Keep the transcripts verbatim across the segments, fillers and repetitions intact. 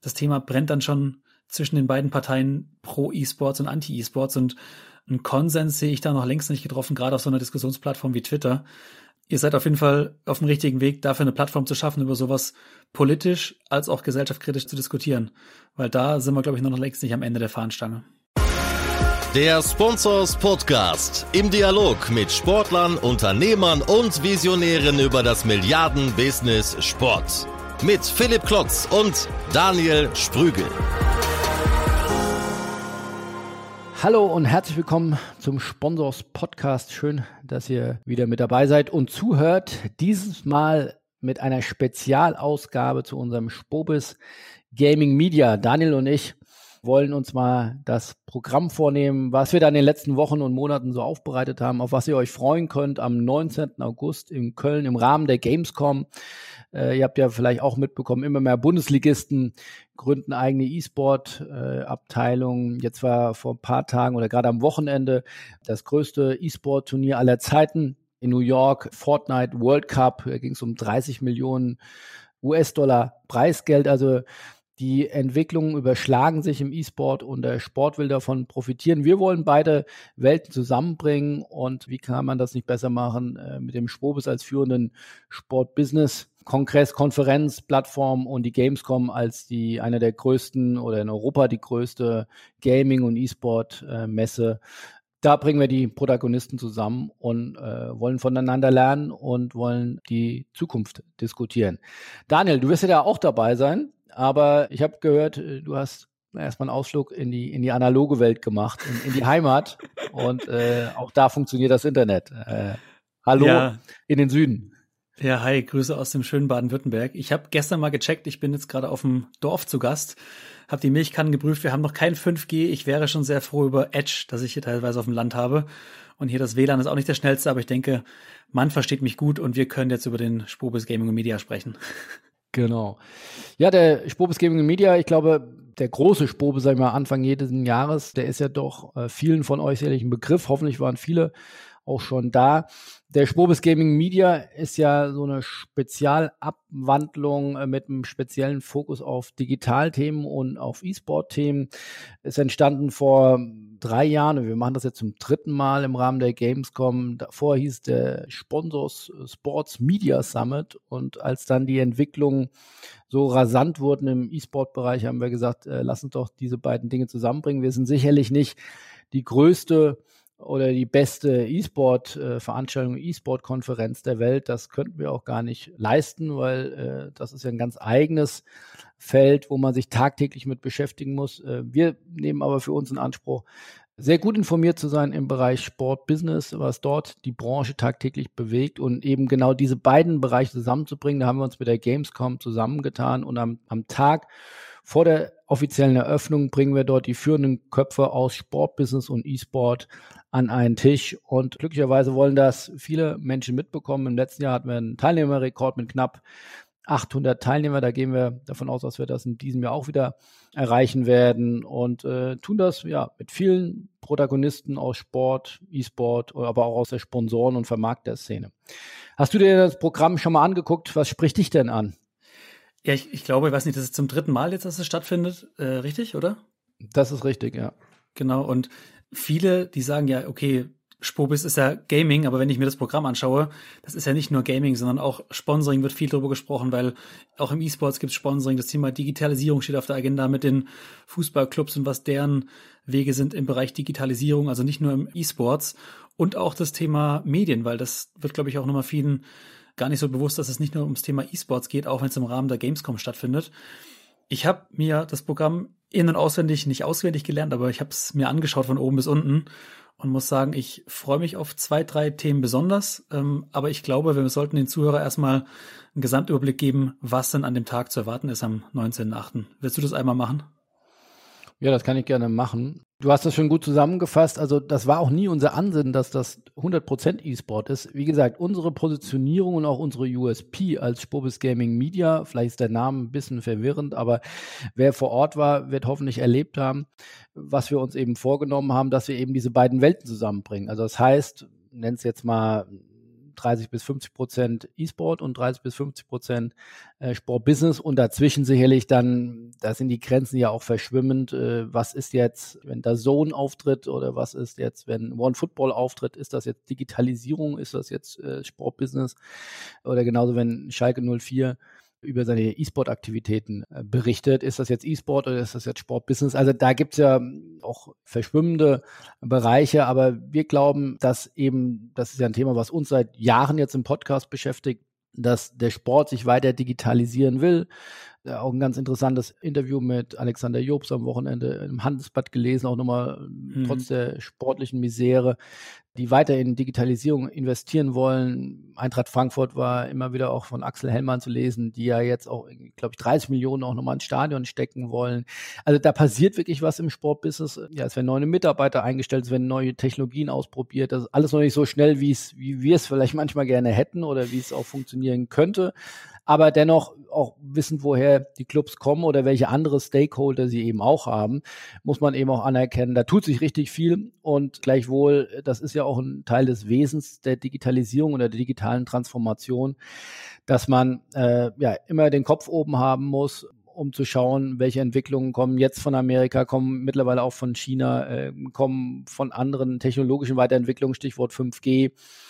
das Thema brennt dann schon zwischen den beiden Parteien pro E-Sports und Anti-E-Sports und einen Konsens sehe ich da noch längst nicht getroffen, gerade auf so einer Diskussionsplattform wie Twitter. Ihr seid auf jeden Fall auf dem richtigen Weg, dafür eine Plattform zu schaffen, über sowas politisch als auch gesellschaftskritisch zu diskutieren. Weil da sind wir, glaube ich, noch längst nicht am Ende der Fahnenstange. Der Sponsors Podcast im Dialog mit Sportlern, Unternehmern und Visionären über das Milliarden-Business Sport. Mit Philipp Klotz und Daniel Sprügel. Hallo und herzlich willkommen zum Sponsors Podcast. Schön, dass ihr wieder mit dabei seid und zuhört. Dieses Mal mit einer Spezialausgabe zu unserem Spobis Gaming Media. Daniel und ich wollen uns mal das Programm vornehmen, was wir da in den letzten Wochen und Monaten so aufbereitet haben, auf was ihr euch freuen könnt am neunzehnten August in Köln im Rahmen der Gamescom. Äh, ihr habt ja vielleicht auch mitbekommen, immer mehr Bundesligisten gründen eigene E-Sport-Abteilungen. Äh, Jetzt war vor ein paar Tagen oder gerade am Wochenende das größte E-Sport-Turnier aller Zeiten in New York, Fortnite World Cup. Da ging es um dreißig Millionen U S-Dollar Preisgeld. Also die Entwicklungen überschlagen sich im E-Sport und der Sport will davon profitieren. Wir wollen beide Welten zusammenbringen und wie kann man das nicht besser machen äh, mit dem Spobis als führenden Sport-Business Kongress, Konferenz, Plattform und die Gamescom als die eine der größten oder in Europa die größte Gaming- und E-Sport-Messe. Da bringen wir die Protagonisten zusammen und äh, wollen voneinander lernen und wollen die Zukunft diskutieren. Daniel, du wirst ja da auch dabei sein, aber ich habe gehört, du hast erstmal einen Ausflug in die in die analoge Welt gemacht, in, in die Heimat und äh, auch da funktioniert das Internet. Äh, hallo ja. In den Süden. Ja, hi, Grüße aus dem schönen Baden-Württemberg. Ich habe gestern mal gecheckt, ich bin jetzt gerade auf dem Dorf zu Gast, habe die Milchkannen geprüft, wir haben noch kein fünf G. Ich wäre schon sehr froh über Edge, das ich hier teilweise auf dem Land habe. Und hier das W L A N ist auch nicht der schnellste, aber ich denke, man versteht mich gut und wir können jetzt über den Spobis Gaming und Media sprechen. Genau. Ja, der Spobis Gaming und Media, ich glaube, der große Spobis, sag ich mal, Anfang jedes Jahres, der ist ja doch äh, vielen von euch sicherlich ein Begriff. Hoffentlich waren viele auch schon da. Der Spobis Gaming Media ist ja so eine Spezialabwandlung äh, mit einem speziellen Fokus auf Digitalthemen und auf E-Sport-Themen. Ist entstanden vor drei Jahren und wir machen das jetzt zum dritten Mal im Rahmen der Gamescom. Davor hieß der Sponsors Sports Media Summit und als dann die Entwicklungen so rasant wurden im E-Sport-Bereich, haben wir gesagt, äh, lass uns doch diese beiden Dinge zusammenbringen. Wir sind sicherlich nicht die größte oder die beste E-Sport-Veranstaltung, E-Sport-Konferenz der Welt. Das könnten wir auch gar nicht leisten, weil äh, das ist ja ein ganz eigenes Feld, wo man sich tagtäglich mit beschäftigen muss. Äh, wir nehmen aber für uns in Anspruch, sehr gut informiert zu sein im Bereich Sport-Business, was dort die Branche tagtäglich bewegt und eben genau diese beiden Bereiche zusammenzubringen. Da haben wir uns mit der Gamescom zusammengetan und am, am Tag vor der offiziellen Eröffnung bringen wir dort die führenden Köpfe aus Sportbusiness und E-Sport an einen Tisch und glücklicherweise wollen das viele Menschen mitbekommen. Im letzten Jahr hatten wir einen Teilnehmerrekord mit knapp achthundert Teilnehmer. Da gehen wir davon aus, dass wir das in diesem Jahr auch wieder erreichen werden und äh, tun das ja mit vielen Protagonisten aus Sport, E-Sport, aber auch aus der Sponsoren- und Vermarkter-Szene. Hast du dir das Programm schon mal angeguckt? Was spricht dich denn an? Ja, ich, ich glaube, ich weiß nicht, das ist zum dritten Mal jetzt, dass es stattfindet, äh, richtig, oder? Das ist richtig, ja. Genau, und viele, die sagen ja, okay, Spobis ist ja Gaming, aber wenn ich mir das Programm anschaue, das ist ja nicht nur Gaming, sondern auch Sponsoring wird viel drüber gesprochen, weil auch im E-Sports gibt es Sponsoring, das Thema Digitalisierung steht auf der Agenda mit den Fußballclubs und was deren Wege sind im Bereich Digitalisierung, also nicht nur im E-Sports und auch das Thema Medien, weil das wird, glaube ich, auch nochmal vielen gar nicht so bewusst, dass es nicht nur ums Thema E-Sports geht, auch wenn es im Rahmen der Gamescom stattfindet. Ich habe mir das Programm in- und auswendig, nicht auswendig gelernt, aber ich habe es mir angeschaut von oben bis unten und muss sagen, ich freue mich auf zwei, drei Themen besonders. Ähm, aber ich glaube, wir sollten den Zuhörer erstmal einen Gesamtüberblick geben, was denn an dem Tag zu erwarten ist am neunzehnten achten Willst du das einmal machen? Ja, das kann ich gerne machen. Du hast das schon gut zusammengefasst. Also das war auch nie unser Ansinnen, dass das hundert Prozent E-Sport ist. Wie gesagt, unsere Positionierung und auch unsere U S P als Spobis Gaming Media, vielleicht ist der Name ein bisschen verwirrend, aber wer vor Ort war, wird hoffentlich erlebt haben, was wir uns eben vorgenommen haben, dass wir eben diese beiden Welten zusammenbringen. Also das heißt, nenn es jetzt mal dreißig bis fünfzig Prozent E-Sport und dreißig bis fünfzig Prozent äh, Sportbusiness und dazwischen sicherlich dann, da sind die Grenzen ja auch verschwimmend, äh, was ist jetzt, wenn da Zone auftritt oder was ist jetzt, wenn OneFootball auftritt, ist das jetzt Digitalisierung, ist das jetzt äh, Sportbusiness oder genauso, wenn Schalke null vier über seine E-Sport-Aktivitäten äh, berichtet. Ist das jetzt E-Sport oder ist das jetzt Sportbusiness? Also da gibt es ja auch verschwimmende Bereiche, aber wir glauben, dass eben, das ist ja ein Thema, was uns seit Jahren jetzt im Podcast beschäftigt, dass der Sport sich weiter digitalisieren will. Ja, auch ein ganz interessantes Interview mit Alexander Jobs am Wochenende im Handelsblatt gelesen, auch nochmal mhm. trotz der sportlichen Misere, die weiter in Digitalisierung investieren wollen. Eintracht Frankfurt war immer wieder auch von Axel Hellmann zu lesen, die ja jetzt auch, glaube ich, dreißig Millionen auch nochmal ins Stadion stecken wollen. Also da passiert wirklich was im Sportbusiness. Ja, es werden neue Mitarbeiter eingestellt, es werden neue Technologien ausprobiert. Das ist alles noch nicht so schnell, wie es, wie wir es vielleicht manchmal gerne hätten oder wie es auch funktionieren könnte. Aber dennoch auch wissen, woher die Clubs kommen oder welche andere Stakeholder sie eben auch haben, muss man eben auch anerkennen. Da tut sich richtig viel und gleichwohl, das ist ja auch ein Teil des Wesens der Digitalisierung oder der digitalen Transformation, dass man äh, ja immer den Kopf oben haben muss, um zu schauen, welche Entwicklungen kommen jetzt von Amerika, kommen mittlerweile auch von China, äh, kommen von anderen technologischen Weiterentwicklungen, Stichwort fünf G.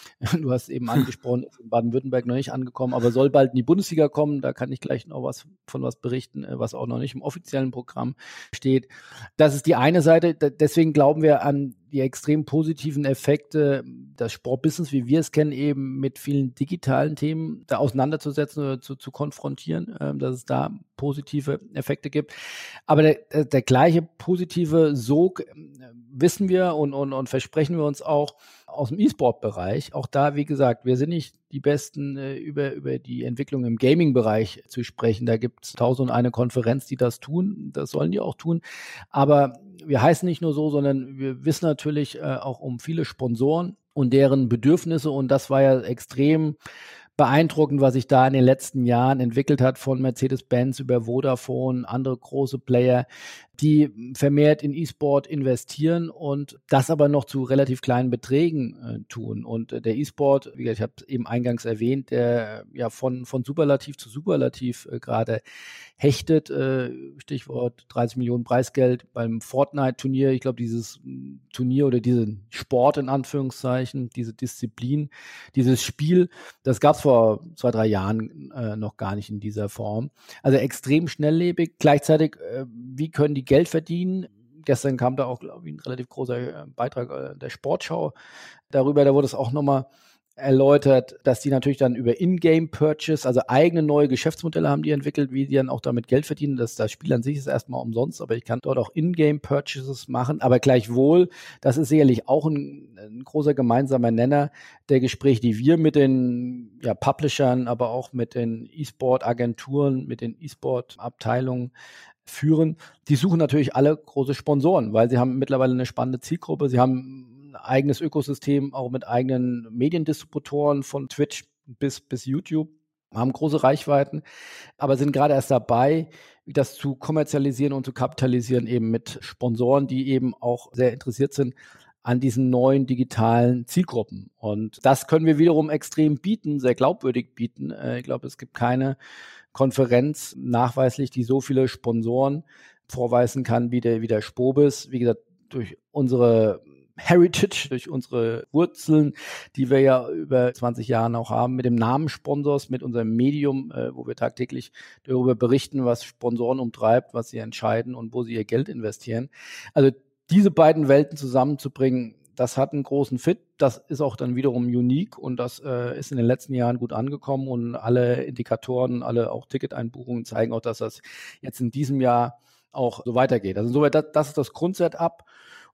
Du hast eben angesprochen, ist in Baden-Württemberg noch nicht angekommen, aber soll bald in die Bundesliga kommen. Da kann ich gleich noch was von was berichten, was auch noch nicht im offiziellen Programm steht. Das ist die eine Seite. Deswegen glauben wir an die extrem positiven Effekte, das Sportbusiness, wie wir es kennen, eben mit vielen digitalen Themen da auseinanderzusetzen oder zu, zu konfrontieren, äh, dass es da positive Effekte gibt. Aber der, der gleiche positive Sog äh, wissen wir und, und, und versprechen wir uns auch aus dem E-Sport-Bereich. Auch da, wie gesagt, wir sind nicht die Besten, äh, über, über die Entwicklung im Gaming-Bereich zu sprechen. Da gibt es tausend und eine Konferenz, die das tun. Das sollen die auch tun. Aber wir heißen nicht nur so, sondern wir wissen natürlich äh, auch um viele Sponsoren und deren Bedürfnisse. Und das war ja extrem beeindruckend, was sich da in den letzten Jahren entwickelt hat, von Mercedes-Benz über Vodafone, andere große Player, die vermehrt in E-Sport investieren und das aber noch zu relativ kleinen Beträgen äh, tun. Und äh, der E-Sport, wie gesagt, ich habe es eben eingangs erwähnt, der ja von, von Superlativ zu Superlativ äh, gerade hechtet. Äh, Stichwort dreißig Millionen Preisgeld beim Fortnite-Turnier. Ich glaube, dieses Turnier oder diesen Sport in Anführungszeichen, diese Disziplin, dieses Spiel, das gab es vor zwei, drei Jahren äh, noch gar nicht in dieser Form. Also extrem schnelllebig. Gleichzeitig, äh, wie können die Geld verdienen? Gestern kam da auch, glaube ich, ein relativ großer Beitrag äh, der Sportschau darüber. Da wurde es auch nochmal erläutert, dass die natürlich dann über In-Game-Purchase, also eigene neue Geschäftsmodelle haben die entwickelt, wie die dann auch damit Geld verdienen. Das, das Spiel an sich ist erstmal umsonst, aber ich kann dort auch In-Game-Purchases machen. Aber gleichwohl, das ist sicherlich auch ein, ein großer gemeinsamer Nenner der Gespräche, die wir mit den ja, Publishern, aber auch mit den E-Sport-Agenturen, mit den E-Sport-Abteilungen führen. Die suchen natürlich alle große Sponsoren, weil sie haben mittlerweile eine spannende Zielgruppe. Sie haben ein eigenes Ökosystem, auch mit eigenen Mediendistributoren von Twitch bis, bis YouTube, haben große Reichweiten, aber sind gerade erst dabei, das zu kommerzialisieren und zu kapitalisieren, eben mit Sponsoren, die eben auch sehr interessiert sind an diesen neuen digitalen Zielgruppen. Und das können wir wiederum extrem bieten, sehr glaubwürdig bieten. Ich glaube, es gibt keine Konferenz nachweislich, die so viele Sponsoren vorweisen kann wie der, wie der Spobis. Wie gesagt, durch unsere Heritage, durch unsere Wurzeln, die wir ja über zwanzig Jahre auch haben, mit dem Namen Sponsors, mit unserem Medium, äh, wo wir tagtäglich darüber berichten, was Sponsoren umtreibt, was sie entscheiden und wo sie ihr Geld investieren. Also diese beiden Welten zusammenzubringen, das hat einen großen Fit. Das ist auch dann wiederum unique und das äh, ist in den letzten Jahren gut angekommen und alle Indikatoren, alle auch Ticketeinbuchungen zeigen auch, dass das jetzt in diesem Jahr auch so weitergeht. Also insoweit, das, das ist das Grundsetup.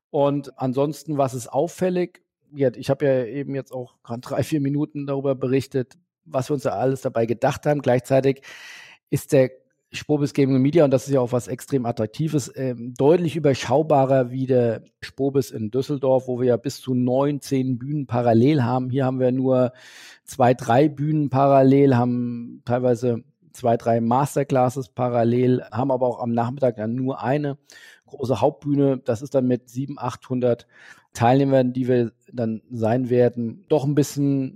Und ansonsten, was ist auffällig? Ich habe ja eben jetzt auch gerade drei, vier Minuten darüber berichtet, was wir uns da alles dabei gedacht haben. Gleichzeitig ist der Spobis Gaming und Media, und das ist ja auch was extrem Attraktives, ähm, deutlich überschaubarer wie der Spobis in Düsseldorf, wo wir ja bis zu neun, zehn Bühnen parallel haben. Hier haben wir nur zwei, drei Bühnen parallel, haben teilweise zwei, drei Masterclasses parallel, haben aber auch am Nachmittag dann nur eine große Hauptbühne. Das ist dann mit siebenhundert, achthundert Teilnehmern, die wir dann sein werden, doch ein bisschen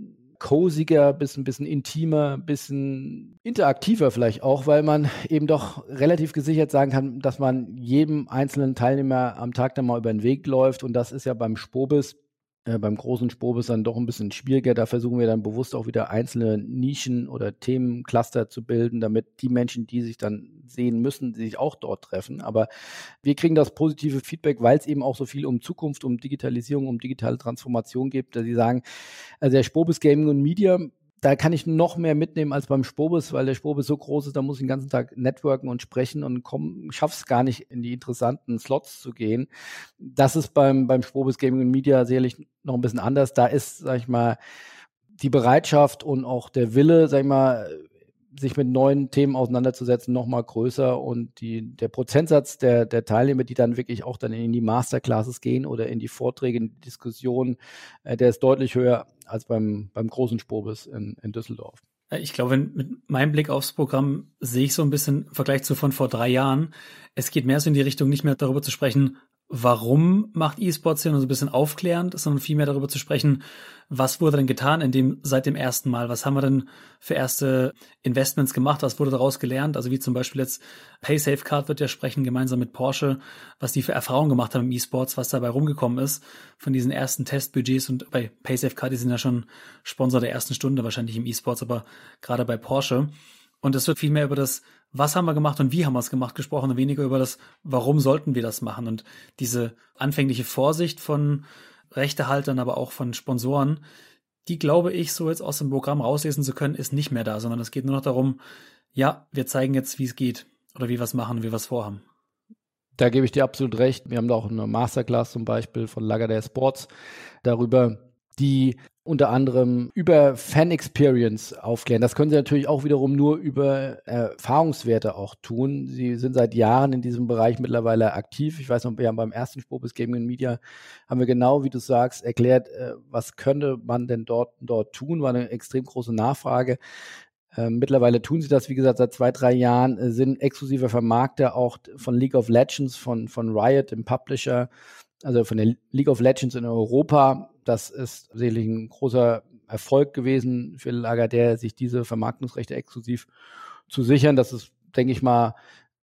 coziger, bisschen, bisschen intimer, bisschen interaktiver vielleicht auch, weil man eben doch relativ gesichert sagen kann, dass man jedem einzelnen Teilnehmer am Tag dann mal über den Weg läuft. Und das ist ja beim Spobis, äh, beim großen Spobis dann doch ein bisschen schwieriger. Da versuchen wir dann bewusst auch wieder einzelne Nischen oder Themencluster zu bilden, damit die Menschen, die sich dann sehen müssen, sich auch dort treffen. Aber wir kriegen das positive Feedback, weil es eben auch so viel um Zukunft, um Digitalisierung, um digitale Transformation gibt, dass sie sagen, also der Spobis Gaming und Media, da kann ich noch mehr mitnehmen als beim Spobis, weil der Spobis so groß ist, da muss ich den ganzen Tag networken und sprechen und komm, schaffe es gar nicht, in die interessanten Slots zu gehen. Das ist beim, beim Spobis Gaming und Media sicherlich noch ein bisschen anders. Da ist, sag ich mal, die Bereitschaft und auch der Wille, sag ich mal, sich mit neuen Themen auseinanderzusetzen, noch mal größer und die, der Prozentsatz der, der Teilnehmer, die dann wirklich auch dann in die Masterclasses gehen oder in die Vorträge, in die Diskussionen, äh, der ist deutlich höher als beim, beim großen Spobis in, in Düsseldorf. Ich glaube, mit meinem Blick aufs Programm sehe ich so ein bisschen im Vergleich zu von vor drei Jahren. Es geht mehr so in die Richtung, nicht mehr darüber zu sprechen, warum macht E-Sports Sinn und so ein bisschen aufklärend, sondern vielmehr darüber zu sprechen, was wurde denn getan in dem, seit dem ersten Mal? Was haben wir denn für erste Investments gemacht? Was wurde daraus gelernt? Also wie zum Beispiel jetzt PaySafeCard wird ja sprechen, gemeinsam mit Porsche, was die für Erfahrungen gemacht haben im E-Sports, was dabei rumgekommen ist von diesen ersten Testbudgets. Und bei PaySafeCard, die sind ja schon Sponsor der ersten Stunde wahrscheinlich im E-Sports, aber gerade bei Porsche. Und es wird viel mehr über das, was haben wir gemacht und wie haben wir es gemacht, gesprochen und weniger über das, warum sollten wir das machen. Und diese anfängliche Vorsicht von Rechtehaltern, aber auch von Sponsoren, die, glaube ich, so jetzt aus dem Programm rauslesen zu können, ist nicht mehr da, sondern es geht nur noch darum, ja, wir zeigen jetzt, wie es geht oder wie wir es machen, wie wir es vorhaben. Da gebe ich dir absolut recht. Wir haben da auch eine Masterclass zum Beispiel von Lagardère Sports darüber, die unter anderem über Fan-Experience aufklären. Das können sie natürlich auch wiederum nur über Erfahrungswerte auch tun. Sie sind seit Jahren in diesem Bereich mittlerweile aktiv. Ich weiß noch, wir haben beim ersten Spobis Gaming und Media haben wir genau, wie du sagst, erklärt, was könnte man denn dort, dort tun. War eine extrem große Nachfrage. Ähm, mittlerweile tun sie das, wie gesagt, seit zwei, drei Jahren, äh, sind exklusiver Vermarkter auch von League of Legends, von, von Riot, dem Publisher, also von der League of Legends in Europa. Das ist sicherlich ein großer Erfolg gewesen für Lagardère, sich diese Vermarktungsrechte exklusiv zu sichern. Das ist, denke ich mal,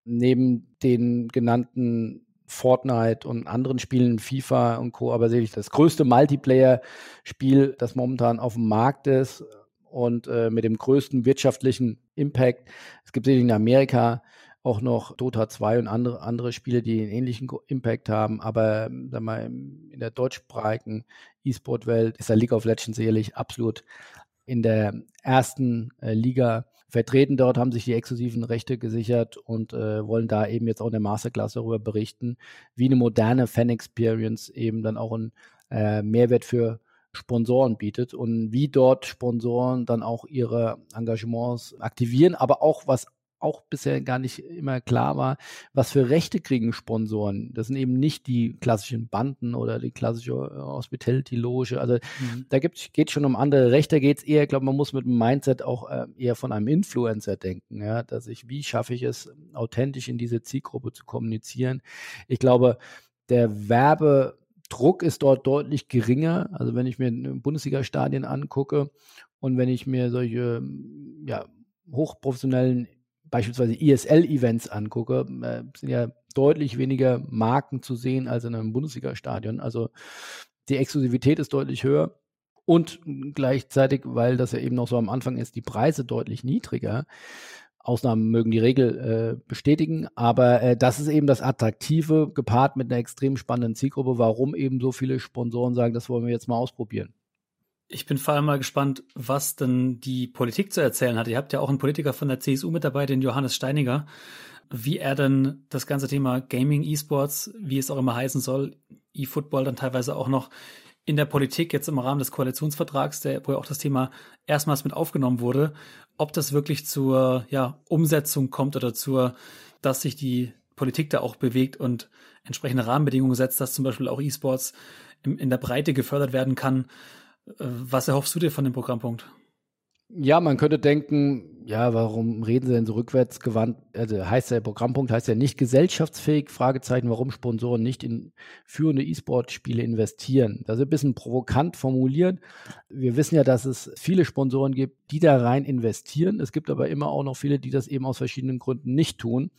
neben den genannten Fortnite und anderen Spielen, FIFA und Co., aber sicherlich das größte Multiplayer-Spiel, das momentan auf dem Markt ist und äh, mit dem größten wirtschaftlichen Impact. Es gibt sicherlich in Amerika auch noch Dota zwei und andere, andere Spiele, die einen ähnlichen Impact haben, aber sag mal, in der deutschsprachigen E-Sport-Welt ist der League of Legends sicherlich absolut in der ersten äh, Liga vertreten. Dort haben sich die exklusiven Rechte gesichert und äh, wollen da eben jetzt auch in der Masterclass darüber berichten, wie eine moderne Fan-Experience eben dann auch einen äh, Mehrwert für Sponsoren bietet und wie dort Sponsoren dann auch ihre Engagements aktivieren, aber auch, was auch bisher gar nicht immer klar war, was für Rechte kriegen Sponsoren. Das sind eben nicht die klassischen Banden oder die klassische Hospitality-Loge. Also mhm. da geht es schon um andere Rechte. Da geht es eher, ich glaube, man muss mit dem Mindset auch äh, eher von einem Influencer denken, ja, dass ich, wie schaffe ich es, authentisch in diese Zielgruppe zu kommunizieren. Ich glaube, der Werbedruck ist dort deutlich geringer. Also wenn ich mir Bundesliga-Stadien angucke und wenn ich mir solche ja, hochprofessionellen beispielsweise E S L-Events angucke, äh, sind ja deutlich weniger Marken zu sehen als in einem Bundesliga-Stadion. Also die Exklusivität ist deutlich höher und gleichzeitig, weil das ja eben noch so am Anfang ist, die Preise deutlich niedriger. Ausnahmen mögen die Regel äh, bestätigen, aber äh, das ist eben das Attraktive, gepaart mit einer extrem spannenden Zielgruppe, warum eben so viele Sponsoren sagen, das wollen wir jetzt mal ausprobieren. Ich bin vor allem mal gespannt, was denn die Politik zu erzählen hat. Ihr habt ja auch einen Politiker von der C S U mit dabei, den Johannes Steiniger, wie er denn das ganze Thema Gaming, E-Sports, wie es auch immer heißen soll, E-Football dann teilweise auch noch in der Politik jetzt im Rahmen des Koalitionsvertrags, der, wo ja auch das Thema erstmals mit aufgenommen wurde, ob das wirklich zur ja, Umsetzung kommt oder zur, dass sich die Politik da auch bewegt und entsprechende Rahmenbedingungen setzt, dass zum Beispiel auch E-Sports in, in der Breite gefördert werden kann. Was erhoffst du dir von dem Programmpunkt? Ja, man könnte denken, ja, warum reden sie denn so rückwärtsgewandt? Also heißt der Programmpunkt heißt ja nicht gesellschaftsfähig, Fragezeichen, warum Sponsoren nicht in führende E-Sport-Spiele investieren. Das ist ein bisschen provokant formuliert. Wir wissen ja, dass es viele Sponsoren gibt, die da rein investieren. Es gibt aber immer auch noch viele, die das eben aus verschiedenen Gründen nicht tun.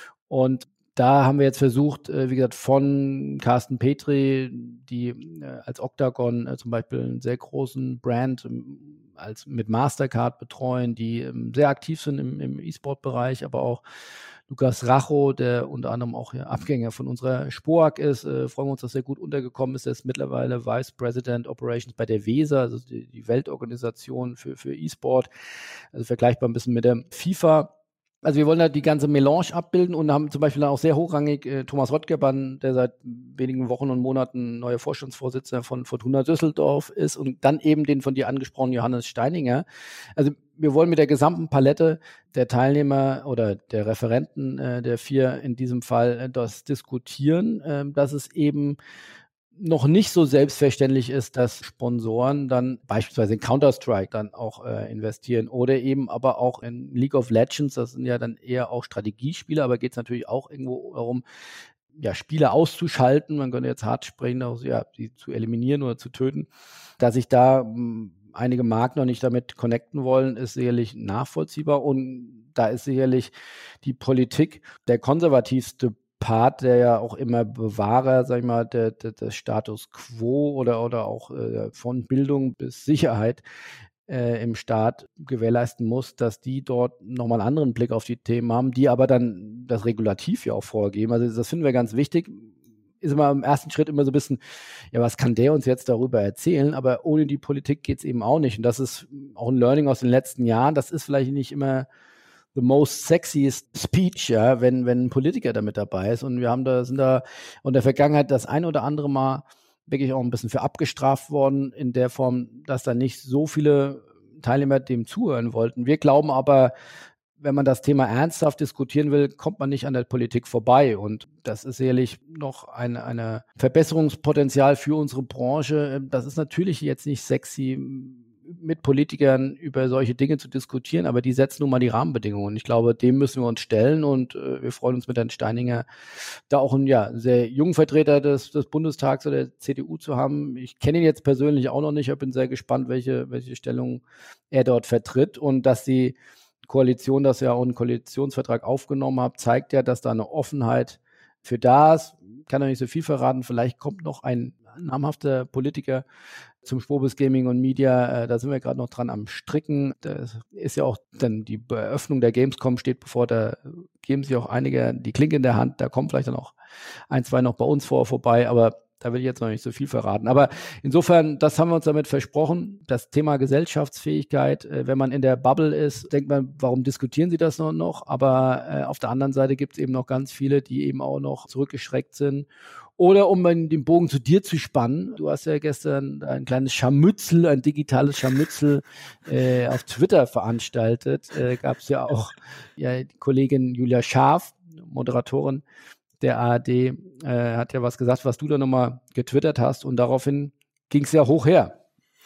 Und da haben wir jetzt versucht, wie gesagt, von Carsten Petri, die als Octagon zum Beispiel einen sehr großen Brand als mit Mastercard betreuen, die sehr aktiv sind im, im E-Sport-Bereich, aber auch Lukas Racho, der unter anderem auch ja, Abgänger von unserer Spoag ist, äh, freuen wir uns, dass er gut untergekommen ist. Er ist mittlerweile Vice President Operations bei der WESA, also die, die Weltorganisation für, für E-Sport, also vergleichbar ein bisschen mit der FIFA. Also wir wollen da die ganze Melange abbilden und haben zum Beispiel dann auch sehr hochrangig äh, Thomas Röttgerban, der seit wenigen Wochen und Monaten neuer Vorstandsvorsitzender von Fortuna Düsseldorf ist, und dann eben den von dir angesprochenen Johannes Steininger. Also wir wollen mit der gesamten Palette der Teilnehmer oder der Referenten äh, der vier in diesem Fall äh, das diskutieren, äh, dass es eben noch nicht so selbstverständlich ist, dass Sponsoren dann beispielsweise in Counter-Strike dann auch äh, investieren oder eben aber auch in League of Legends. Das sind ja dann eher auch Strategiespiele, aber geht es natürlich auch irgendwo darum, ja, Spiele auszuschalten. Man könnte jetzt hart sprechen, auch, ja, sie zu eliminieren oder zu töten. Dass sich da mh, einige Marken noch nicht damit connecten wollen, ist sicherlich nachvollziehbar, und da ist sicherlich die Politik der konservativste Part, der ja auch immer Bewahrer, sag ich mal, der, der, des Status quo oder, oder auch äh, von Bildung bis Sicherheit äh, im Staat gewährleisten muss, dass die dort nochmal einen anderen Blick auf die Themen haben, die aber dann das Regulativ ja auch vorgeben. Also das finden wir ganz wichtig. Ist immer im ersten Schritt immer so ein bisschen, ja, was kann der uns jetzt darüber erzählen? Aber ohne die Politik geht es eben auch nicht. Und das ist auch ein Learning aus den letzten Jahren. Das ist vielleicht nicht immer the most sexiest speech, ja, wenn, wenn ein Politiker da mit dabei ist. Und wir haben da, sind da in der Vergangenheit das ein oder andere Mal wirklich auch ein bisschen für abgestraft worden, in der Form, dass da nicht so viele Teilnehmer dem zuhören wollten. Wir glauben aber, wenn man das Thema ernsthaft diskutieren will, kommt man nicht an der Politik vorbei. Und das ist sicherlich noch ein eine Verbesserungspotenzial für unsere Branche. Das ist natürlich jetzt nicht sexy, mit Politikern über solche Dinge zu diskutieren, aber die setzen nun mal die Rahmenbedingungen. Und ich glaube, dem müssen wir uns stellen, und äh, wir freuen uns mit Herrn Steininger, da auch einen ja, sehr jungen Vertreter des, des Bundestags oder der C D U zu haben. Ich kenne ihn jetzt persönlich auch noch nicht, ich bin sehr gespannt, welche, welche Stellung er dort vertritt, und dass die Koalition das ja auch einen Koalitionsvertrag aufgenommen hat, zeigt ja, dass da eine Offenheit für da ist. Ich kann noch nicht so viel verraten, vielleicht kommt noch ein namhafter Politiker zum Spobis Gaming und Media, äh, da sind wir gerade noch dran am Stricken. Da ist ja auch dann die Eröffnung der Gamescom steht bevor, da geben sich auch einige die Klinke in der Hand, da kommen vielleicht dann auch ein, zwei noch bei uns vor vorbei, aber da will ich jetzt noch nicht so viel verraten. Aber insofern, das haben wir uns damit versprochen. Das Thema Gesellschaftsfähigkeit, äh, wenn man in der Bubble ist, denkt man, warum diskutieren sie das noch? noch? Aber äh, auf der anderen Seite gibt es eben noch ganz viele, die eben auch noch zurückgeschreckt sind. Oder um den Bogen zu dir zu spannen, du hast ja gestern ein kleines Scharmützel, ein digitales Scharmützel äh, auf Twitter veranstaltet. Äh, gab es ja auch ja, die Kollegin Julia Scharf, Moderatorin der A R D, äh, hat ja was gesagt, was du da nochmal getwittert hast, und daraufhin ging es ja hoch her.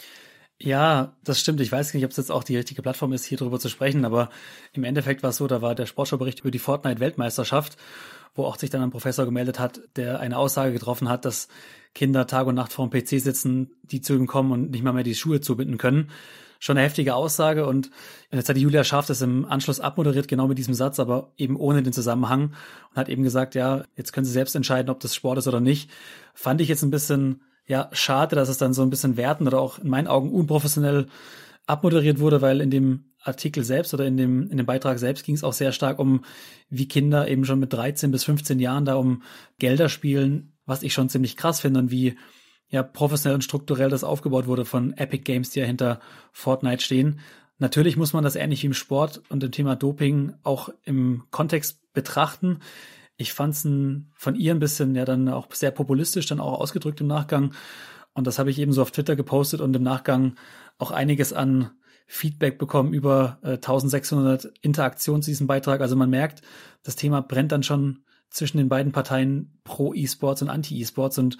Ja, das stimmt. Ich weiß nicht, ob es jetzt auch die richtige Plattform ist, hier drüber zu sprechen, aber im Endeffekt war es so, da war der Sportschau-Bericht über die Fortnite-Weltmeisterschaft, wo auch sich dann ein Professor gemeldet hat, der eine Aussage getroffen hat, dass Kinder Tag und Nacht vor dem P C sitzen, die zu ihm kommen und nicht mal mehr die Schuhe zubinden können. Schon eine heftige Aussage, und jetzt hat die Julia Scharf das im Anschluss abmoderiert, genau mit diesem Satz, aber eben ohne den Zusammenhang, und hat eben gesagt, ja, jetzt können Sie selbst entscheiden, ob das Sport ist oder nicht. Fand ich jetzt ein bisschen, ja, schade, dass es dann so ein bisschen wertend oder auch in meinen Augen unprofessionell abmoderiert wurde, weil in dem Artikel selbst oder in dem in dem Beitrag selbst ging es auch sehr stark um, wie Kinder eben schon mit dreizehn bis fünfzehn Jahren da um Gelder spielen, was ich schon ziemlich krass finde, und wie ja professionell und strukturell das aufgebaut wurde von Epic Games, die ja hinter Fortnite stehen. Natürlich muss man das ähnlich wie im Sport und im Thema Doping auch im Kontext betrachten. Ich fand es von ihr ein bisschen ja dann auch sehr populistisch dann auch ausgedrückt im Nachgang. Und das habe ich eben so auf Twitter gepostet und im Nachgang auch einiges an Feedback bekommen, über äh, eintausendsechshundert Interaktionen zu diesem Beitrag. Also man merkt, das Thema brennt dann schon zwischen den beiden Parteien pro E-Sports und Anti-E-Sports. Und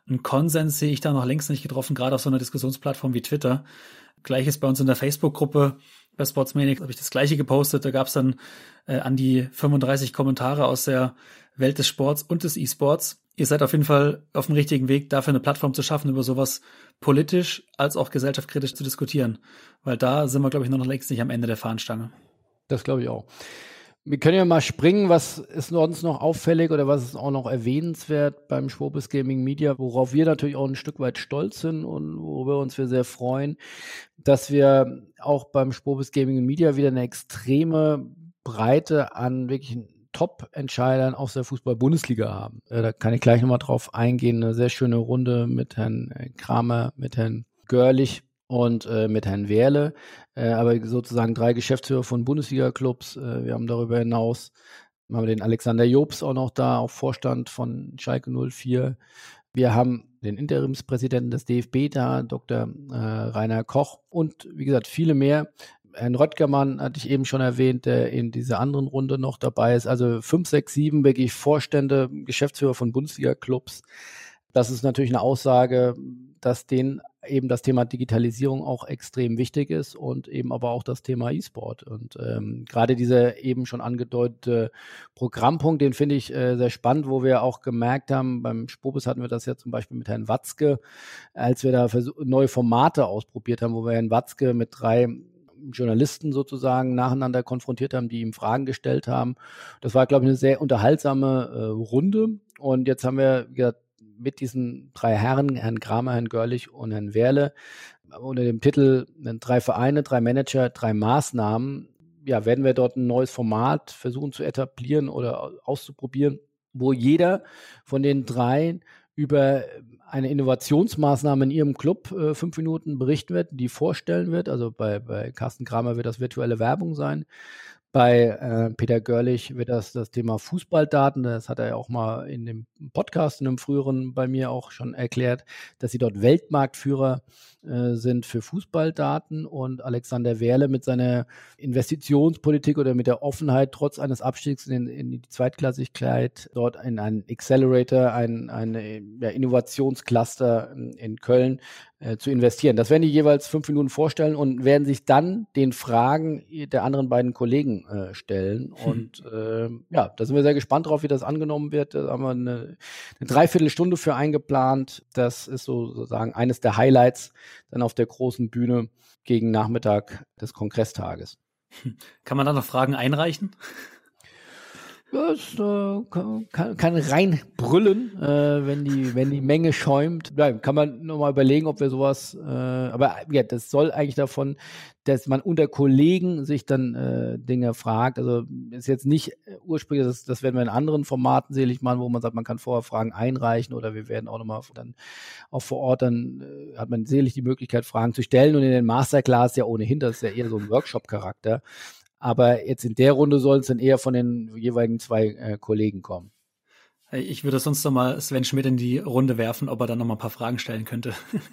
einen Konsens sehe ich da noch längst nicht getroffen, gerade auf so einer Diskussionsplattform wie Twitter. Gleiches bei uns in der Facebook-Gruppe bei Sportsmaniac habe ich das Gleiche gepostet. Da gab es dann äh, an die fünfunddreißig Kommentare aus der Welt des Sports und des E-Sports. Ihr seid auf jeden Fall auf dem richtigen Weg, dafür eine Plattform zu schaffen, über sowas politisch als auch gesellschaftskritisch zu diskutieren. Weil da sind wir, glaube ich, noch längst nicht am Ende der Fahnenstange. Das glaube ich auch. Wir können ja mal springen, was ist uns noch auffällig oder was ist auch noch erwähnenswert beim Schwobes Gaming Media, worauf wir natürlich auch ein Stück weit stolz sind und worüber uns wir sehr freuen, dass wir auch beim Schwobes Gaming Media wieder eine extreme Breite an wirklichen Top-Entscheidern aus der Fußball-Bundesliga haben. Da kann ich gleich nochmal drauf eingehen. Eine sehr schöne Runde mit Herrn Kramer, mit Herrn Görlich und äh, mit Herrn Wehrle, äh, aber sozusagen drei Geschäftsführer von Bundesliga-Clubs. Äh, wir haben darüber hinaus, haben wir den Alexander Jobs auch noch da, auch Vorstand von Schalke null vier. Wir haben den Interimspräsidenten des D F B da, Doktor äh, Rainer Koch und wie gesagt, viele mehr. Herrn Röttgermann hatte ich eben schon erwähnt, der in dieser anderen Runde noch dabei ist. Also fünf, sechs, sieben wirklich Vorstände, Geschäftsführer von Bundesliga-Clubs. Das ist natürlich eine Aussage, dass denen eben das Thema Digitalisierung auch extrem wichtig ist und eben aber auch das Thema E-Sport. Und ähm, gerade dieser eben schon angedeutete Programmpunkt, den finde ich äh, sehr spannend, wo wir auch gemerkt haben, beim Spobis hatten wir das ja zum Beispiel mit Herrn Watzke, als wir da versuch- neue Formate ausprobiert haben, wo wir Herrn Watzke mit drei Journalisten sozusagen nacheinander konfrontiert haben, die ihm Fragen gestellt haben. Das war, glaube ich, eine sehr unterhaltsame äh, Runde. Und jetzt haben wir, wie gesagt, mit diesen drei Herren, Herrn Kramer, Herrn Görlich und Herrn Wehrle, unter dem Titel drei Vereine, drei Manager, drei Maßnahmen, ja, werden wir dort ein neues Format versuchen zu etablieren oder auszuprobieren, wo jeder von den dreien über eine Innovationsmaßnahme in ihrem Club äh, fünf Minuten berichten wird, die vorstellen wird. Also bei, bei Carsten Kramer wird das virtuelle Werbung sein. Bei äh, Peter Görlich wird das das Thema Fußballdaten, das hat er ja auch mal in dem Podcast, in einem früheren bei mir auch schon erklärt, dass sie dort Weltmarktführer äh, sind für Fußballdaten und Alexander Wehrle mit seiner Investitionspolitik oder mit der Offenheit trotz eines Abstiegs in, in die Zweitklassigkeit dort in einen Accelerator, ein, eine ja, Innovationscluster in, in Köln äh, zu investieren. Das werden die jeweils fünf Minuten vorstellen und werden sich dann den Fragen der anderen beiden Kollegen äh, stellen. Und äh, ja, da sind wir sehr gespannt drauf, wie das angenommen wird. Da haben wir eine, eine Dreiviertelstunde für eingeplant. Das ist sozusagen eines der Highlights dann auf der großen Bühne gegen Nachmittag des Kongresstages. Kann man da noch Fragen einreichen? Das äh, kann, kann reinbrüllen, äh, wenn die wenn die Menge schäumt. Ja, kann man nochmal überlegen, ob wir sowas, äh, aber ja, das soll eigentlich davon, dass man unter Kollegen sich dann äh, Dinge fragt. Also ist jetzt nicht äh, ursprünglich, das, das werden wir in anderen Formaten sicherlich machen, wo man sagt, man kann vorher Fragen einreichen oder wir werden auch nochmal dann auch vor Ort, dann äh, hat man sicherlich die Möglichkeit, Fragen zu stellen und in den Masterclass ja ohnehin, das ist ja eher so ein Workshop-Charakter. Aber jetzt in der Runde soll es dann eher von den jeweiligen zwei äh, Kollegen kommen. Ich würde sonst noch mal Sven Schmidt in die Runde werfen, ob er dann noch mal ein paar Fragen stellen könnte.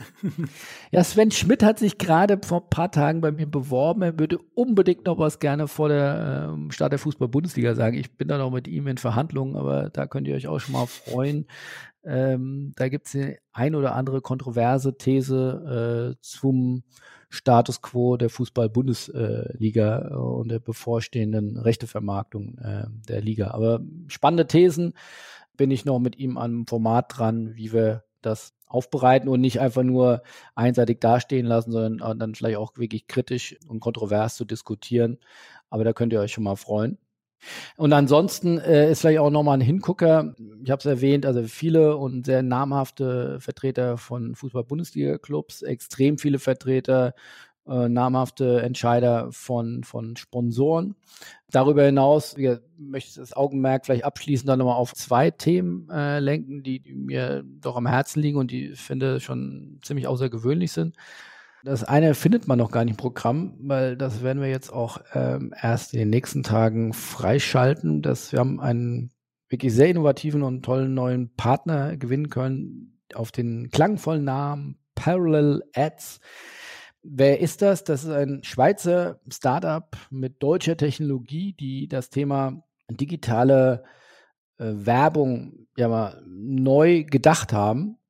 Ja, Sven Schmidt hat sich gerade vor ein paar Tagen bei mir beworben. Er würde unbedingt noch was gerne vor der ähm, Start der Fußball-Bundesliga sagen. Ich bin da noch mit ihm in Verhandlungen, aber da könnt ihr euch auch schon mal freuen. Ähm, da gibt es eine ein oder andere kontroverse These äh, zum Status quo der Fußball-Bundesliga äh, und der bevorstehenden Rechtevermarktung äh, der Liga. Aber spannende Thesen, bin ich noch mit ihm an einem Format dran, wie wir das aufbereiten und nicht einfach nur einseitig dastehen lassen, sondern dann vielleicht auch wirklich kritisch und kontrovers zu diskutieren. Aber da könnt ihr euch schon mal freuen. Und ansonsten äh, ist vielleicht auch nochmal ein Hingucker, ich habe es erwähnt, also viele und sehr namhafte Vertreter von Fußball-Bundesliga-Clubs, extrem viele Vertreter, äh, namhafte Entscheider von, von Sponsoren. Darüber hinaus ja, möchte ich das Augenmerk vielleicht abschließend dann nochmal auf zwei Themen äh, lenken, die, die mir doch am Herzen liegen und die, ich finde, schon ziemlich außergewöhnlich sind. Das eine findet man noch gar nicht im Programm, weil das werden wir jetzt auch ähm, erst in den nächsten Tagen freischalten. Dass wir haben einen wirklich sehr innovativen und tollen neuen Partner gewinnen können auf den klangvollen Namen Parallel Ads. Wer ist das? Das ist ein Schweizer Startup mit deutscher Technologie, die das Thema digitale äh, Werbung ja mal neu gedacht haben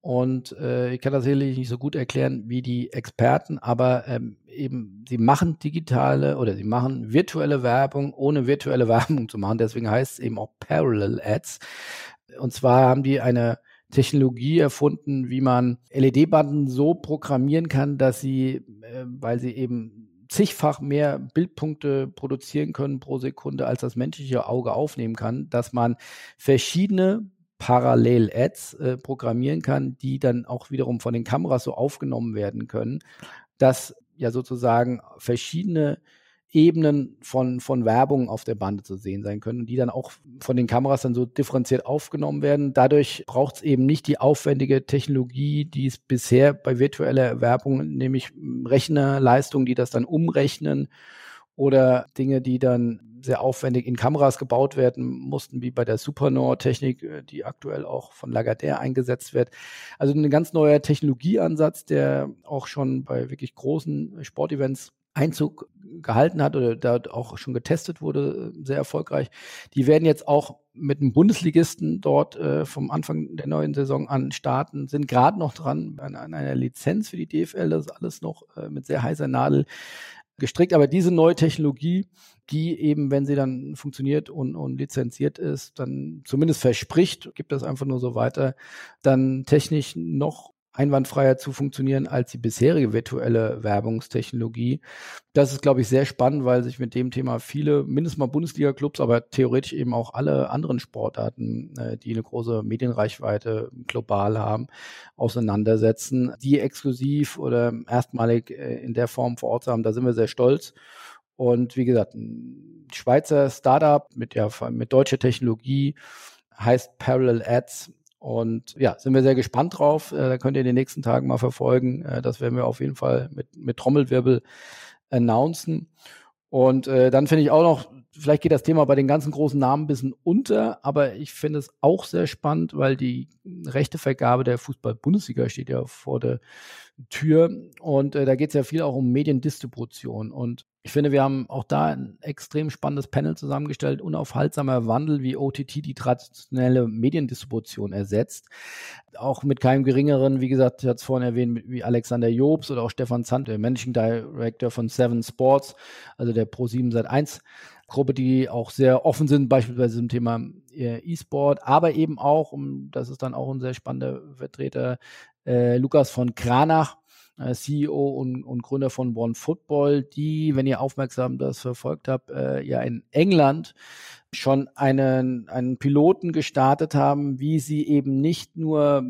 Und äh, ich kann das sicherlich nicht so gut erklären wie die Experten, aber ähm, eben, sie machen digitale oder sie machen virtuelle Werbung, ohne virtuelle Werbung zu machen. Deswegen heißt es eben auch Parallel Ads. Und zwar haben die eine Technologie erfunden, wie man L E D-Banden so programmieren kann, dass sie, äh, weil sie eben zigfach mehr Bildpunkte produzieren können pro Sekunde, als das menschliche Auge aufnehmen kann, dass man verschiedene Parallel-Ads äh, programmieren kann, die dann auch wiederum von den Kameras so aufgenommen werden können, dass ja sozusagen verschiedene Ebenen von, von Werbung auf der Bande zu sehen sein können und die dann auch von den Kameras dann so differenziert aufgenommen werden. Dadurch braucht es eben nicht die aufwendige Technologie, die es bisher bei virtueller Werbung, nämlich Rechnerleistungen, die das dann umrechnen oder Dinge, die dann sehr aufwendig in Kameras gebaut werden mussten, wie bei der Supernor-Technik, die aktuell auch von Lagardère eingesetzt wird. Also ein ganz neuer Technologieansatz, der auch schon bei wirklich großen Sportevents Einzug gehalten hat oder da auch schon getestet wurde, sehr erfolgreich. Die werden jetzt auch mit einem Bundesligisten dort äh, vom Anfang der neuen Saison an starten, sind gerade noch dran an, an einer Lizenz für die D F L, das ist alles noch äh, mit sehr heißer Nadel gestrickt, aber diese neue Technologie, die eben, wenn sie dann funktioniert und, und lizenziert ist, dann zumindest verspricht, gibt das einfach nur so weiter, dann technisch noch einwandfreier zu funktionieren als die bisherige virtuelle Werbungstechnologie. Das ist, glaube ich, sehr spannend, weil sich mit dem Thema viele, mindestens mal Bundesliga-Clubs, aber theoretisch eben auch alle anderen Sportarten, äh, die eine große Medienreichweite global haben, auseinandersetzen, die exklusiv oder erstmalig äh, in der Form vor Ort zu haben. Da sind wir sehr stolz. Und wie gesagt, ein Schweizer Startup mit, ja, mit deutscher Technologie heißt Parallel Ads. Und ja, sind wir sehr gespannt drauf. Äh, da könnt ihr in den nächsten Tagen mal verfolgen. Äh, das werden wir auf jeden Fall mit, mit Trommelwirbel announcen. Und äh, dann finde ich auch noch, vielleicht geht das Thema bei den ganzen großen Namen ein bisschen unter, aber ich finde es auch sehr spannend, weil die Rechtevergabe der Fußball-Bundesliga steht ja vor der Tür. Und äh, da geht es ja viel auch um Mediendistribution. Und ich finde, wir haben auch da ein extrem spannendes Panel zusammengestellt. Unaufhaltsamer Wandel, wie O T T die traditionelle Mediendistribution ersetzt. Auch mit keinem geringeren, wie gesagt, ich hatte es vorhin erwähnt, wie Alexander Jobs oder auch Stefan Zandt, der Managing Director von Seven Sports, also der Pro sieben Sat eins Gruppe, die auch sehr offen sind, beispielsweise zum Thema E-Sport, aber eben auch, um, das ist dann auch ein sehr spannender Vertreter, äh, Lukas von Kranach, C E O und, und Gründer von OneFootball, die, wenn ihr aufmerksam das verfolgt habt, äh, ja in England schon einen, einen Piloten gestartet haben, wie sie eben nicht nur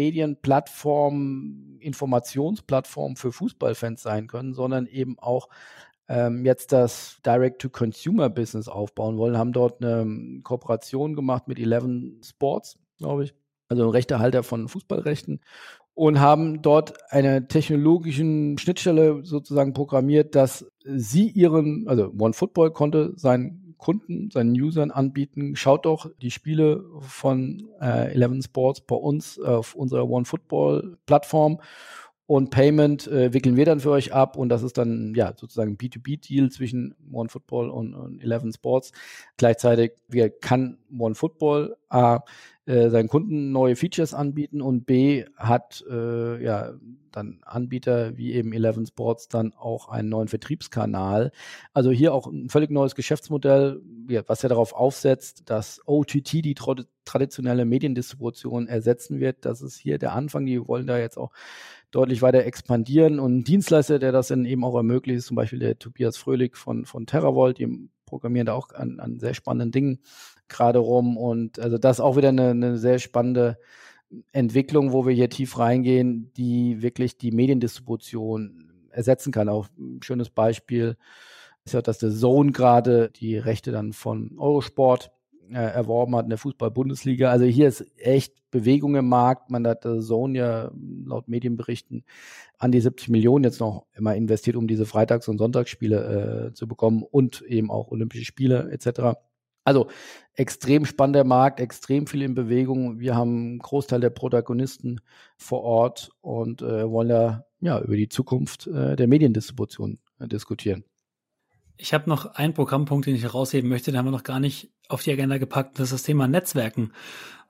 Medienplattformen, Informationsplattformen für Fußballfans sein können, sondern eben auch ähm, jetzt das Direct-to-Consumer-Business aufbauen wollen, haben dort eine Kooperation gemacht mit Eleven Sports, glaube ich, also ein Rechtehalter von Fußballrechten, und haben dort eine technologischen Schnittstelle sozusagen programmiert, dass sie ihren, also OneFootball konnte seinen Kunden, seinen Usern anbieten, schaut doch die Spiele von äh, Eleven Sports bei uns auf unserer OneFootball-Plattform und Payment äh, wickeln wir dann für euch ab und das ist dann ja sozusagen ein B zwei B-Deal zwischen OneFootball und, und Eleven Sports. Gleichzeitig wir kann OneFootball A äh, seinen Kunden neue Features anbieten und B hat äh, ja dann Anbieter wie eben Eleven Sports dann auch einen neuen Vertriebskanal. Also hier auch ein völlig neues Geschäftsmodell, was ja darauf aufsetzt, dass O T T die tra- traditionelle Mediendistribution ersetzen wird. Das ist hier der Anfang. Die wollen da jetzt auch deutlich weiter expandieren und ein Dienstleister, der das dann eben auch ermöglicht, ist zum Beispiel der Tobias Fröhlich von, von TerraVolt, die programmieren da auch an, an sehr spannenden Dingen gerade rum und also das ist auch wieder eine, eine sehr spannende Entwicklung, wo wir hier tief reingehen, die wirklich die Mediendistribution ersetzen kann. Auch ein schönes Beispiel ist ja, dass der Zone gerade die Rechte dann von Eurosport äh, erworben hat in der Fußball-Bundesliga. Also hier ist echt Bewegung im Markt. Man hat der Zone ja laut Medienberichten an die siebzig Millionen jetzt noch immer investiert, um diese Freitags- und Sonntagsspiele äh, zu bekommen und eben auch Olympische Spiele et cetera. Also extrem spannender Markt, extrem viel in Bewegung. Wir haben einen Großteil der Protagonisten vor Ort und äh, wollen da ja über die Zukunft äh, der Mediendistribution äh, diskutieren. Ich habe noch einen Programmpunkt, den ich herausheben möchte, den haben wir noch gar nicht auf die Agenda gepackt, das ist das Thema Netzwerken.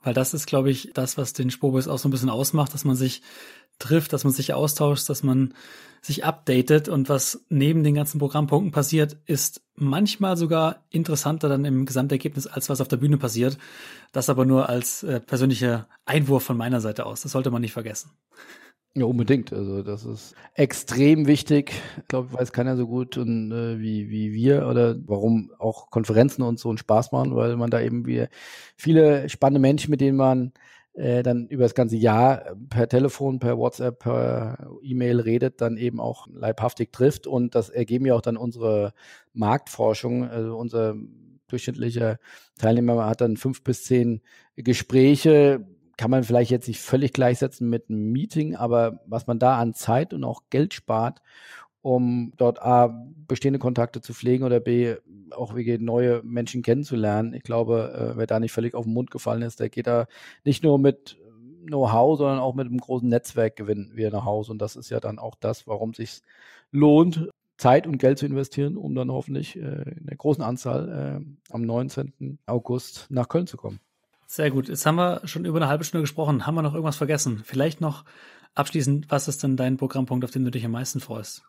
Weil das ist, glaube ich, das, was den Spobis auch so ein bisschen ausmacht, dass man sich trifft, dass man sich austauscht, dass man sich updatet und was neben den ganzen Programmpunkten passiert, ist manchmal sogar interessanter dann im Gesamtergebnis, als was auf der Bühne passiert. Das aber nur als äh, persönlicher Einwurf von meiner Seite aus. Das sollte man nicht vergessen. Ja, unbedingt. Also das ist extrem wichtig. Ich glaube, weiß keiner so gut und, äh, wie, wie wir oder warum auch Konferenzen uns so einen Spaß machen, weil man da eben wie viele spannende Menschen, mit denen man äh, dann über das ganze Jahr per Telefon, per WhatsApp, per E-Mail redet, dann eben auch leibhaftig trifft. Und das ergeben ja auch dann unsere Marktforschung. Also unser durchschnittlicher Teilnehmer hat dann fünf bis zehn Gespräche. Kann man vielleicht jetzt nicht völlig gleichsetzen mit einem Meeting, aber was man da an Zeit und auch Geld spart, um dort A, bestehende Kontakte zu pflegen oder B, auch wirklich neue Menschen kennenzulernen. Ich glaube, wer da nicht völlig auf den Mund gefallen ist, der geht da nicht nur mit Know-how, sondern auch mit einem großen Netzwerkgewinn wieder nach Hause. Und das ist ja dann auch das, warum es sich lohnt, Zeit und Geld zu investieren, um dann hoffentlich in der großen Anzahl am neunzehnten August nach Köln zu kommen. Sehr gut. Jetzt haben wir schon über eine halbe Stunde gesprochen. Haben wir noch irgendwas vergessen? Vielleicht noch abschließend, was ist denn dein Programmpunkt, auf den du dich am meisten freust?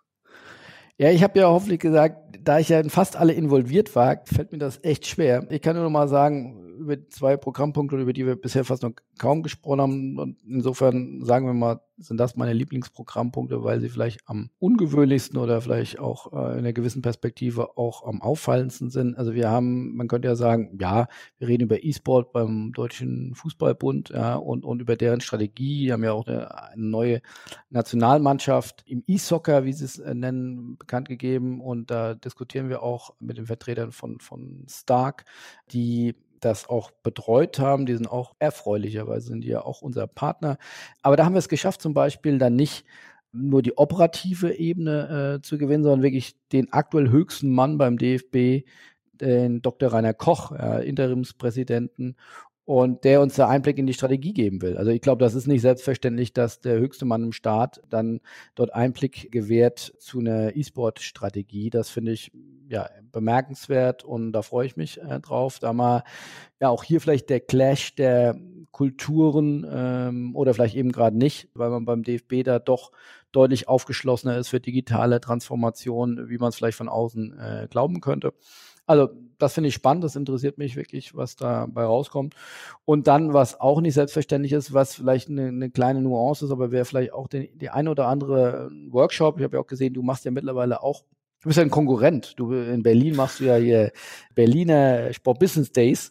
Ja, ich habe ja hoffentlich gesagt, da ich ja in fast alle involviert war, fällt mir das echt schwer. Ich kann nur noch mal sagen, über zwei Programmpunkte, über die wir bisher fast noch kaum gesprochen haben. Und insofern sagen wir mal, sind das meine Lieblingsprogrammpunkte, weil sie vielleicht am ungewöhnlichsten oder vielleicht auch äh, in einer gewissen Perspektive auch am auffallendsten sind. Also wir haben, man könnte ja sagen, ja, wir reden über E-Sport beim Deutschen Fußballbund, ja, und, und über deren Strategie. Die haben ja auch eine, eine neue Nationalmannschaft im E-Soccer, wie sie es äh, nennen, bekannt gegeben. Und da diskutieren wir auch mit den Vertretern von, von Stark, die das auch betreut haben. Die sind auch erfreulicherweise, sind die ja auch unser Partner. Aber da haben wir es geschafft, zum Beispiel dann nicht nur die operative Ebene äh, zu gewinnen, sondern wirklich den aktuell höchsten Mann beim D F B, den Doktor Rainer Koch, äh, Interimspräsidenten, und der uns da Einblick in die Strategie geben will. Also ich glaube, das ist nicht selbstverständlich, dass der höchste Mann im Staat dann dort Einblick gewährt zu einer E-Sport-Strategie. Das finde ich ja bemerkenswert und da freue ich mich äh, drauf, da mal ja auch hier vielleicht der Clash der Kulturen ähm, oder vielleicht eben gerade nicht, weil man beim D F B da doch deutlich aufgeschlossener ist für digitale Transformation, wie man es vielleicht von außen äh, glauben könnte. Also das finde ich spannend, das interessiert mich wirklich, was dabei rauskommt. Und dann, was auch nicht selbstverständlich ist, was vielleicht eine, eine kleine Nuance ist, aber wäre vielleicht auch den, die eine oder andere Workshop. Ich habe ja auch gesehen, du machst ja mittlerweile auch, du bist ja ein Konkurrent. Du in Berlin machst du ja hier Berliner Sport Business Days.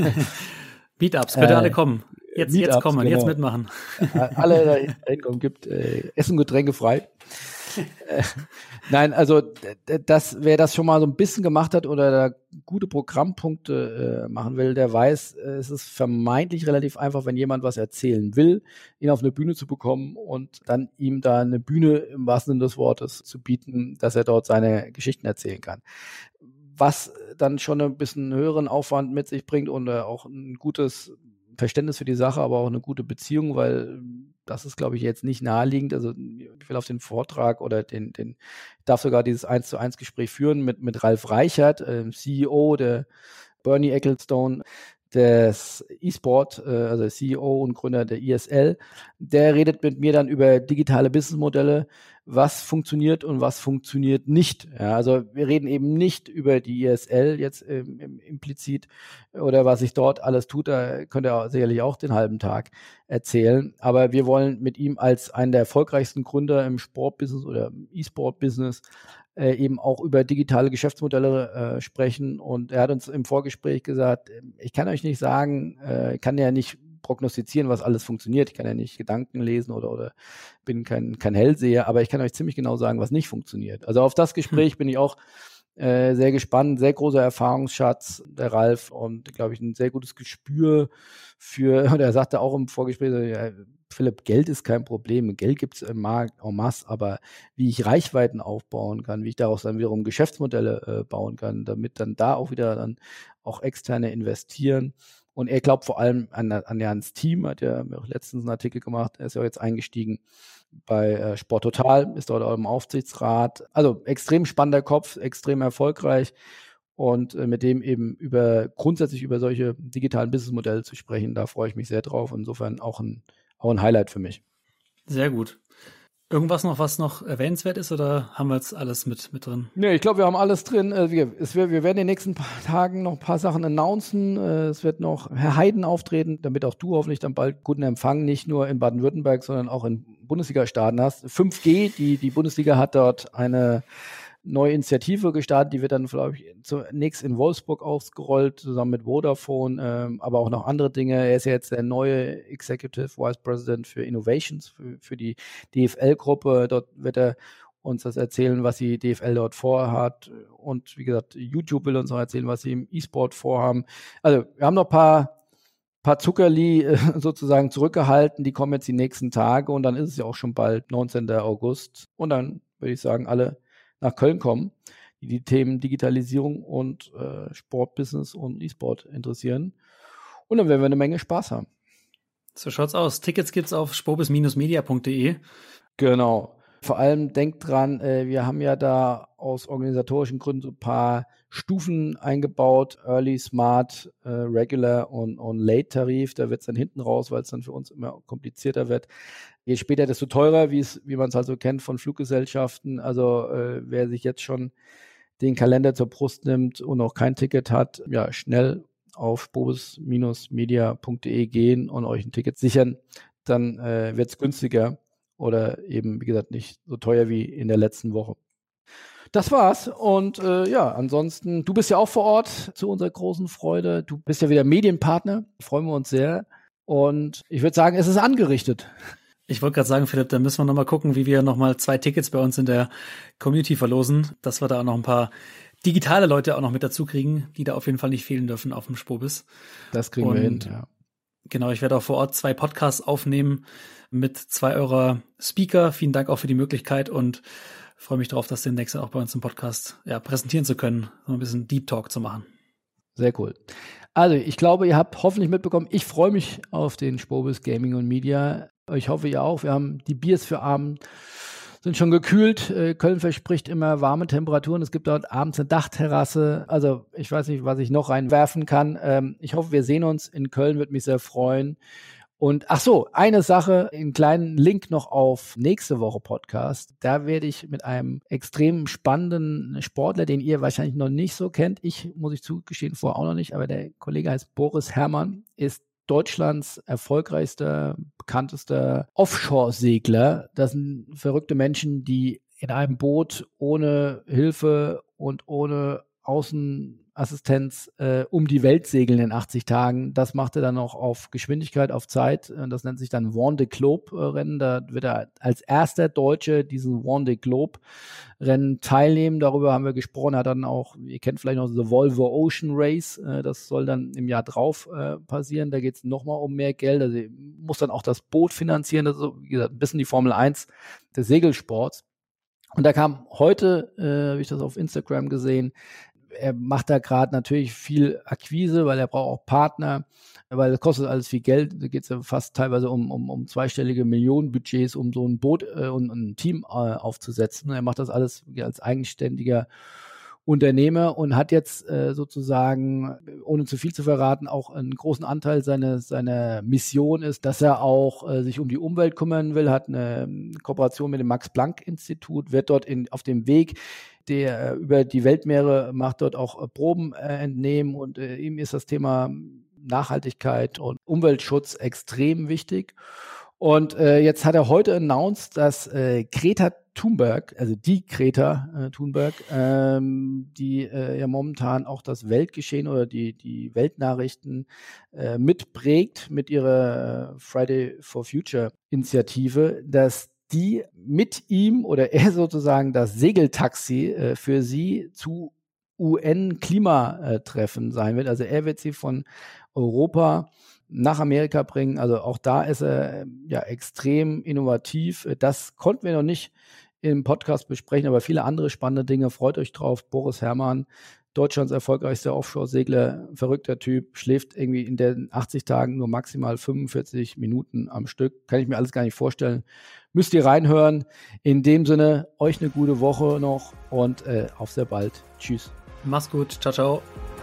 Meetups, bitte äh, alle kommen. Jetzt, Meetups, jetzt kommen, genau. Jetzt mitmachen. Alle da hinkommen, gibt äh, Essen und Getränke frei. äh, nein, also d- das, wer das schon mal so ein bisschen gemacht hat oder da gute Programmpunkte äh, machen will, der weiß, äh, es ist vermeintlich relativ einfach, wenn jemand was erzählen will, ihn auf eine Bühne zu bekommen und dann ihm da eine Bühne im wahrsten Sinne des Wortes zu bieten, dass er dort seine Geschichten erzählen kann. Was dann schon ein bisschen höheren Aufwand mit sich bringt und äh, auch ein gutes Verständnis für die Sache, aber auch eine gute Beziehung, weil das ist, glaube ich, jetzt nicht naheliegend. Also ich will auf den Vortrag oder den, den ich darf sogar dieses eins zu eins Gespräch führen mit, mit Ralf Reichert, äh, C E O der Bernie Ecclestone, des E-Sport, äh, also C E O und Gründer der I S L. Der redet mit mir dann über digitale Businessmodelle, was funktioniert und was funktioniert nicht. Ja, also wir reden eben nicht über die I S L jetzt ähm, implizit oder was sich dort alles tut. Da könnt ihr sicherlich auch den halben Tag erzählen. Aber wir wollen mit ihm als einen der erfolgreichsten Gründer im Sportbusiness oder im E-Sport-Business äh, eben auch über digitale Geschäftsmodelle äh, sprechen. Und er hat uns im Vorgespräch gesagt, ich kann euch nicht sagen, äh, kann ja nicht prognostizieren, was alles funktioniert. Ich kann ja nicht Gedanken lesen oder, oder bin kein, kein Hellseher, aber ich kann euch ziemlich genau sagen, was nicht funktioniert. Also auf das Gespräch bin ich auch äh, sehr gespannt. Sehr großer Erfahrungsschatz, der Ralf, und glaube ich ein sehr gutes Gespür für, und er sagte auch im Vorgespräch, ja, Philipp, Geld ist kein Problem. Geld gibt es im Markt en masse, aber wie ich Reichweiten aufbauen kann, wie ich daraus dann wiederum Geschäftsmodelle äh, bauen kann, damit dann da auch wieder dann auch externe investieren. Und er glaubt vor allem an, an Jans Team, hat ja auch letztens einen Artikel gemacht, er ist ja jetzt eingestiegen bei äh, Sport Total, ist dort auch im Aufsichtsrat. Also extrem spannender Kopf, extrem erfolgreich. und äh, mit dem eben über grundsätzlich über solche digitalen Businessmodelle zu sprechen. Da freue ich mich sehr drauf. Insofern auch ein, auch ein Highlight für mich. Sehr gut. Irgendwas noch, was noch erwähnenswert ist, oder haben wir jetzt alles mit, mit drin? Nee, ich glaube, wir haben alles drin. Wir, es, wir, wir werden in den nächsten paar Tagen noch ein paar Sachen announcen. Es wird noch Herr Heiden auftreten, damit auch du hoffentlich dann bald guten Empfang nicht nur in Baden-Württemberg, sondern auch in Bundesliga-Staaten hast. fünf G, die, die Bundesliga hat dort eine neue Initiative gestartet, die wird dann, glaube ich, zunächst in Wolfsburg ausgerollt, zusammen mit Vodafone, ähm, aber auch noch andere Dinge. Er ist ja jetzt der neue Executive Vice President für Innovations, für, für die D F L-Gruppe. Dort wird er uns das erzählen, was die D F L dort vorhat. Und wie gesagt, YouTube will uns noch erzählen, was sie im E-Sport vorhaben. Also wir haben noch ein paar paar Zuckerli äh, sozusagen zurückgehalten. Die kommen jetzt die nächsten Tage und dann ist es ja auch schon bald neunzehnten August. Und dann würde ich sagen, alle nach Köln kommen, die die Themen Digitalisierung und äh, Sportbusiness und E-Sport interessieren. Und dann werden wir eine Menge Spaß haben. So schaut's aus. Tickets gibt's auf spobis Media punkt de. Genau. Vor allem denkt dran, äh, wir haben ja da aus organisatorischen Gründen so ein paar Stufen eingebaut. Early, Smart, äh, Regular und, und Late-Tarif. Da wird es dann hinten raus, weil es dann für uns immer komplizierter wird. Je später, desto teurer, wie es, wie man es halt so kennt von Fluggesellschaften. Also äh, wer sich jetzt schon den Kalender zur Brust nimmt und noch kein Ticket hat, ja, schnell auf spobis Media punkt de gehen und euch ein Ticket sichern. Dann äh, wird es günstiger oder eben, wie gesagt, nicht so teuer wie in der letzten Woche. Das war's. Und äh, ja, ansonsten, du bist ja auch vor Ort zu unserer großen Freude. Du bist ja wieder Medienpartner. Freuen wir uns sehr. Und ich würde sagen, es ist angerichtet. Ich wollte gerade sagen, Philipp, da müssen wir nochmal gucken, wie wir nochmal zwei Tickets bei uns in der Community verlosen, dass wir da auch noch ein paar digitale Leute auch noch mit dazu kriegen, die da auf jeden Fall nicht fehlen dürfen auf dem Spobis. Das kriegen Und wir hin, ja. Genau, ich werde auch vor Ort zwei Podcasts aufnehmen mit zwei eurer Speaker. Vielen Dank auch für die Möglichkeit und freue mich darauf, das demnächst auch bei uns im Podcast ja, präsentieren zu können, so ein bisschen Deep Talk zu machen. Sehr cool. Also ich glaube, ihr habt hoffentlich mitbekommen, ich freue mich auf den Spobis Gaming und Media. Ich hoffe, ihr auch. Wir haben die Biers für Abend, sind schon gekühlt. Köln verspricht immer warme Temperaturen. Es gibt dort abends eine Dachterrasse. Also ich weiß nicht, was ich noch reinwerfen kann. Ich hoffe, wir sehen uns in Köln, würde mich sehr freuen. Und ach so, eine Sache, einen kleinen Link noch auf nächste Woche Podcast. Da werde ich mit einem extrem spannenden Sportler, den ihr wahrscheinlich noch nicht so kennt. Ich, muss ich zugestehen, vorher auch noch nicht, aber der Kollege heißt Boris Herrmann, ist Deutschlands erfolgreichster, bekanntester Offshore-Segler. Das sind verrückte Menschen, die in einem Boot ohne Hilfe und ohne Außenassistenz äh, um die Welt segeln in achtzig Tagen. Das macht er dann auch auf Geschwindigkeit, auf Zeit. Das nennt sich dann Vendée Globe-Rennen. Da wird er als erster Deutsche diesen Vendée Globe-Rennen teilnehmen. Darüber haben wir gesprochen. Er hat dann auch, ihr kennt vielleicht noch The Volvo Ocean Race. Das soll dann im Jahr drauf äh, passieren. Da geht es nochmal um mehr Geld. Also muss dann auch das Boot finanzieren. Das ist, wie gesagt, ein bisschen die Formel eins des Segelsports. Und da kam heute, äh, habe ich das auf Instagram gesehen, er macht da gerade natürlich viel Akquise, weil er braucht auch Partner, weil das kostet alles viel Geld. Da geht es ja fast teilweise um, um, um zweistellige Millionenbudgets, um so ein Boot äh, und ein Team äh, aufzusetzen. Er macht das alles als eigenständiger Unternehmer und hat jetzt äh, sozusagen, ohne zu viel zu verraten, auch einen großen Anteil seiner, seiner Mission ist, dass er auch äh, sich um die Umwelt kümmern will, hat eine Kooperation mit dem Max-Planck-Institut, wird dort in, auf dem Weg, der über die Weltmeere macht, dort auch äh, Proben äh, entnehmen und äh, ihm ist das Thema Nachhaltigkeit und Umweltschutz extrem wichtig. Und äh, jetzt hat er heute announced, dass äh, Greta Thunberg, also die Greta äh, Thunberg, ähm, die äh, ja momentan auch das Weltgeschehen oder die, die Weltnachrichten äh, mitprägt mit ihrer Friday for Future Initiative, dass die mit ihm oder er sozusagen das Segeltaxi äh, für sie zu U N-Klimatreffen sein wird. Also er wird sie von Europa nach Amerika bringen. Also auch da ist er ja extrem innovativ. Das konnten wir noch nicht im Podcast besprechen, aber viele andere spannende Dinge. Freut euch drauf. Boris Herrmann, Deutschlands erfolgreichster Offshore-Segler, verrückter Typ, schläft irgendwie in den achtzig Tagen nur maximal fünfundvierzig Minuten am Stück. Kann ich mir alles gar nicht vorstellen. Müsst ihr reinhören. In dem Sinne, euch eine gute Woche noch und äh, auf sehr bald. Tschüss. Mach's gut. Ciao, ciao.